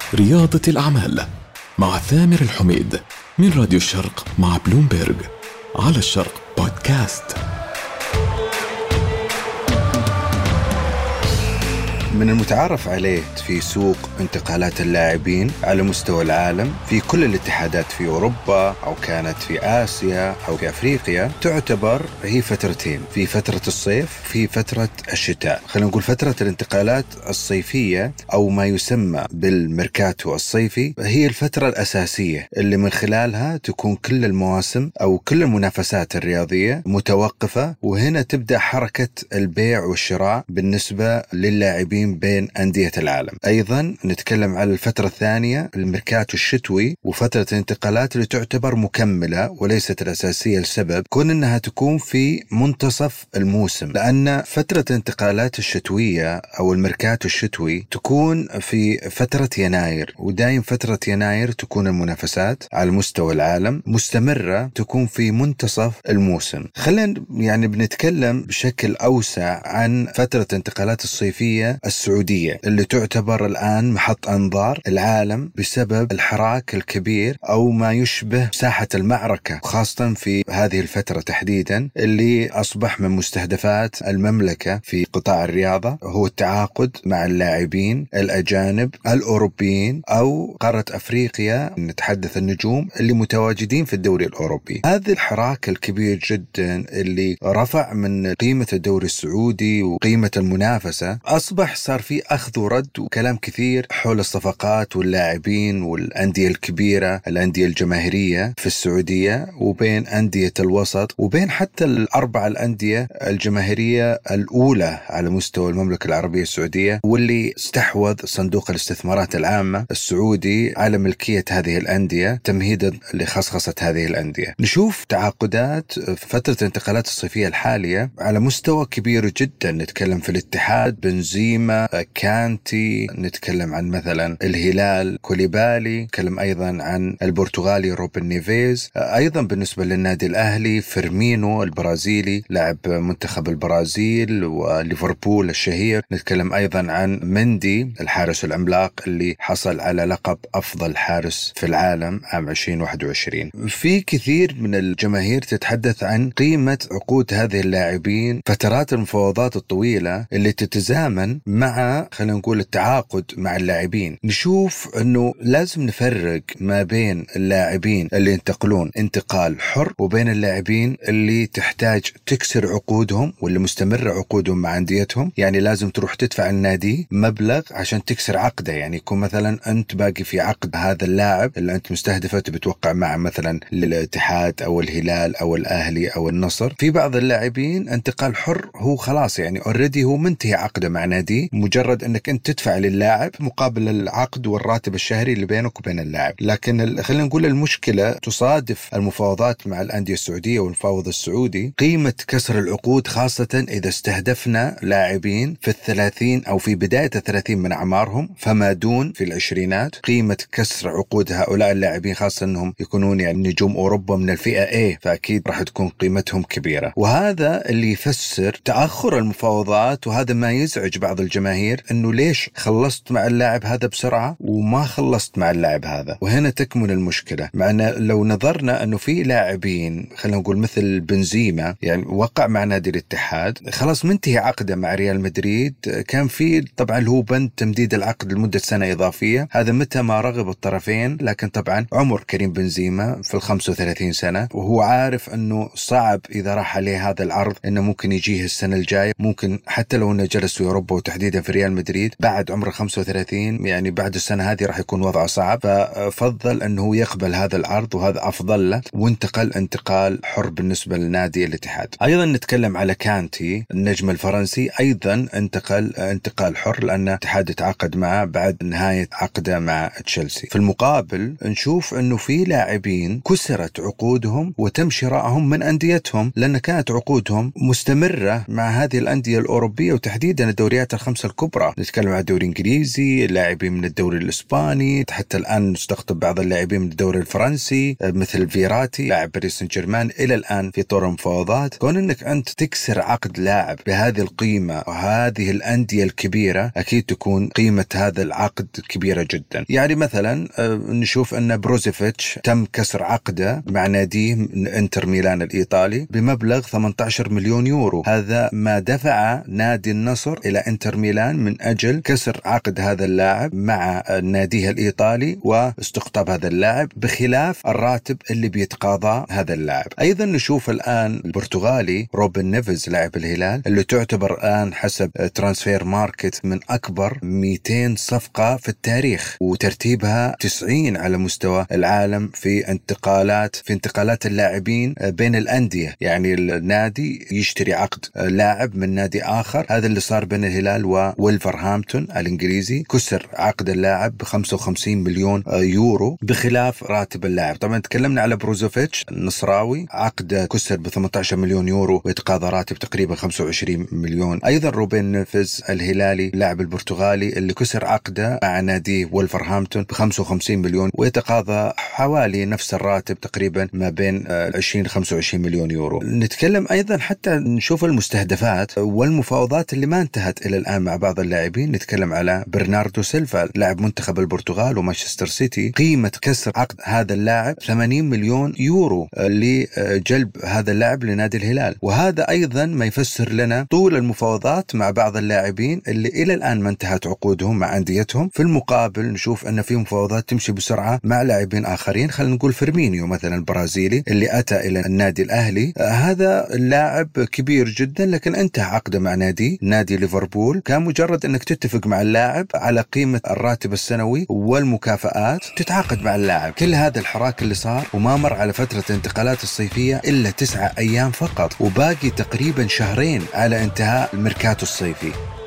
رياضة الأعمال مع ثامر الحميد من راديو الشرق مع بلومبيرج على الشرق بودكاست. من المتعارف عليه في سوق انتقالات اللاعبين على مستوى العالم في كل الاتحادات في أوروبا أو كانت في آسيا أو في أفريقيا، تعتبر هي فترتين، في فترة الصيف في فترة الشتاء. خلينا نقول فترة الانتقالات الصيفية أو ما يسمى بالميركاتو الصيفي هي الفترة الأساسية اللي من خلالها تكون كل المواسم أو كل المنافسات الرياضية متوقفة، وهنا تبدأ حركة البيع والشراء بالنسبة للاعبين بين أندية العالم. أيضا نتكلم على الفترة الثانية الميركاتو الشتوي وفترة الانتقالات اللي تعتبر مكملة وليست الأساسية لسبب كون أنها تكون في منتصف الموسم، لأن فترة الانتقالات الشتوية أو الميركاتو الشتوي تكون في فترة يناير، ودايم فترة يناير تكون المنافسات على مستوى العالم مستمرة، تكون في منتصف الموسم. خلينا بنتكلم بشكل أوسع عن فترة الانتقالات الصيفية السعودية اللي تعتبر الآن محط أنظار العالم بسبب الحراك الكبير أو ما يشبه ساحة المعركة، خاصة في هذه الفترة تحديدا اللي أصبح من مستهدفات المملكة في قطاع الرياضة هو التعاقد مع اللاعبين الأجانب الأوروبيين أو قارة أفريقيا، نتحدث النجوم اللي متواجدين في الدوري الأوروبي. هذا الحراك الكبير جدا اللي رفع من قيمة الدوري السعودي وقيمة المنافسة، أصبح صار في أخذ ورد وكلام كثير حول الصفقات واللاعبين والأندية الكبيرة، الأندية الجماهيرية في السعودية، وبين أندية الوسط، وبين حتى الأربع الأندية الجماهيرية الأولى على مستوى المملكة العربية السعودية، واللي استحوذ صندوق الاستثمارات العامة السعودي على ملكية هذه الأندية تمهيدا لخصخصة هذه الأندية. نشوف تعاقدات في فترة الانتقالات الصيفية الحالية على مستوى كبير جدا، نتكلم في الاتحاد بنزيما، كانتي، نتكلم عن مثلا الهلال كوليبالي، نتكلم أيضا عن البرتغالي روبن نيفيز، أيضا بالنسبة للنادي الأهلي فيرمينو البرازيلي لاعب منتخب البرازيل وليفربول الشهير، نتكلم أيضا عن مندي الحارس العملاق اللي حصل على لقب أفضل حارس في العالم عام 2021. في كثير من الجماهير تتحدث عن قيمة عقود هذه اللاعبين، فترات المفاوضات الطويلة اللي تتزامن مع خلينا نقول التعاقد مع اللاعبين. نشوف أنه لازم نفرق ما بين اللاعبين اللي ينتقلون انتقال حر وبين اللاعبين اللي تحتاج تكسر عقودهم واللي مستمر عقودهم مع أنديتهم. يعني لازم تروح تدفع النادي مبلغ عشان تكسر عقده، يعني يكون مثلا أنت باقي في عقد هذا اللاعب اللي أنت مستهدفه بتوقع مع مثلا الاتحاد أو الهلال أو الأهلي أو النصر. في بعض اللاعبين انتقال حر هو خلاص يعني already هو منتهي عقده مع نادي، مجرد أنك أنت تدفع للاعب مقابل العقد والراتب الشهري اللي بينك وبين اللاعب. لكن خلينا نقول المشكلة تصادف المفاوضات مع الأندية السعودية والمفاوض السعودي قيمة كسر العقود، خاصة إذا استهدفنا لاعبين في 30 أو في بداية 30 من أعمارهم فما دون في العشرينات. قيمة كسر عقود هؤلاء اللاعبين خاصة أنهم يكونون يعني نجوم أوروبا من الفئة A، فأكيد راح تكون قيمتهم كبيرة، وهذا اللي يفسر تأخر المفاوضات. وهذا ما يزعج بعض الجماهير، أنه ليش خلصت مع اللاعب هذا بسرعة وما خلصت مع اللاعب هذا. وهنا تكمن المشكلة، معنا لو نظرنا أنه في لاعبين خلينا نقول مثل بنزيما يعني وقع مع نادي الاتحاد خلاص منتهي عقده مع ريال مدريد، كان في طبعا هو بند تمديد العقد لمدة سنة إضافية، هذا متى ما رغب الطرفين. لكن طبعا عمر كريم بنزيما في 35 سنة، وهو عارف أنه صعب إذا راح عليه هذا العرض أنه ممكن يجيه السنة الجاية، ممكن حتى لو أنه جلس في أوروبا وتحديدا في ريال مدريد بعد عمر 35 يعني بعد السنة هذه راح يكون وضعه صعب، ففضل أنه يقبل هذا العرض وهذا أفضل له، وانتقل انتقال حر بالنسبة لنادي الاتحاد. أيضا نتكلم على كانتي النجم الفرنسي، أيضا انتقل انتقال حر لأن الاتحاد تعاقد معه بعد نهاية عقده مع تشيلسي. في المقابل نشوف أنه في لاعبين كسرت عقودهم وتم شرائهم من أنديتهم، لأن كانت عقودهم مستمرة مع هذه الأندية الأوروبية وتحديدا الدوريات ال5 الخمسة الكبرى. نتكلم عن الدوري الإنجليزي، لاعبين من الدوري الإسباني، حتى الآن نستقطب بعض اللاعبين من الدوري الفرنسي مثل فيراتي لاعب باريس سان جيرمان إلى الآن في طور المفاوضات. كون أنك أنت تكسر عقد لاعب بهذه القيمة وهذه الأندية الكبيرة، أكيد تكون قيمة هذا العقد كبيرة جدا. يعني مثلا نشوف أن بروزوفيتش تم كسر عقده مع ناديه من انتر ميلان الإيطالي بمبلغ 18 مليون يورو. هذا ما دفع نادي النصر إلى انتر ميلان من أجل كسر عقد هذا اللاعب مع ناديه الإيطالي واستقطاب هذا اللاعب، بخلاف الراتب اللي بيتقاضى هذا اللاعب. أيضا نشوف الآن البرتغالي روبن نيفيز لاعب الهلال، اللي تعتبر الآن حسب ترانسفير ماركت من أكبر 200 صفقة في التاريخ، وترتيبها 90 على مستوى العالم في انتقالات اللاعبين بين الأندية. يعني النادي يشتري عقد لاعب من نادي آخر. هذا اللي صار بين الهلال وولفرهامبتون الإنجليزي، كسر عقد اللاعب ب55 مليون يورو بخلاف راتب اللاعب. طبعا تكلمنا على بروزوفيتش النصراوي، عقد كسر ب18 مليون يورو ويتقاضى راتب تقريبا 25 مليون. أيضا روبن نيفيز الهلالي لاعب البرتغالي اللي كسر عقده مع نادي وولفرهامبتون ب55 مليون ويتقاضى حوالي نفس الراتب تقريبا ما بين 20-25 مليون يورو. نتكلم أيضا حتى نشوف المستهدفات والمفاوضات اللي ما انتهت إلى الآن مع بعض اللاعبين. نتكلم على برناردو سيلفا لاعب منتخب البرتغال ومانشستر سيتي، قيمة كسر عقد هذا اللاعب 80 مليون يورو لجلب هذا اللاعب لنادي الهلال. وهذا أيضا ما يفسر لنا طول المفاوضات مع بعض اللاعبين اللي إلى الآن ما انتهت عقودهم مع أنديتهم. في المقابل نشوف أن في مفاوضات تمشي بسرعة مع لاعبين آخرين. خلينا نقول فيرمينيو مثلا البرازيلي اللي أتى إلى النادي الأهلي، هذا اللاعب كبير جدا لكن انتهى عقده مع نادي ليفربول. كان مجرد أنك تتفق مع اللاعب على قيمة الراتب السنوي والمكافآت تتعاقد مع اللاعب. كل هذا الحراك اللي صار وما مر على فترة الانتقالات الصيفية إلا 9 أيام فقط، وباقي تقريبا شهرين على انتهاء الميركاتو الصيفي.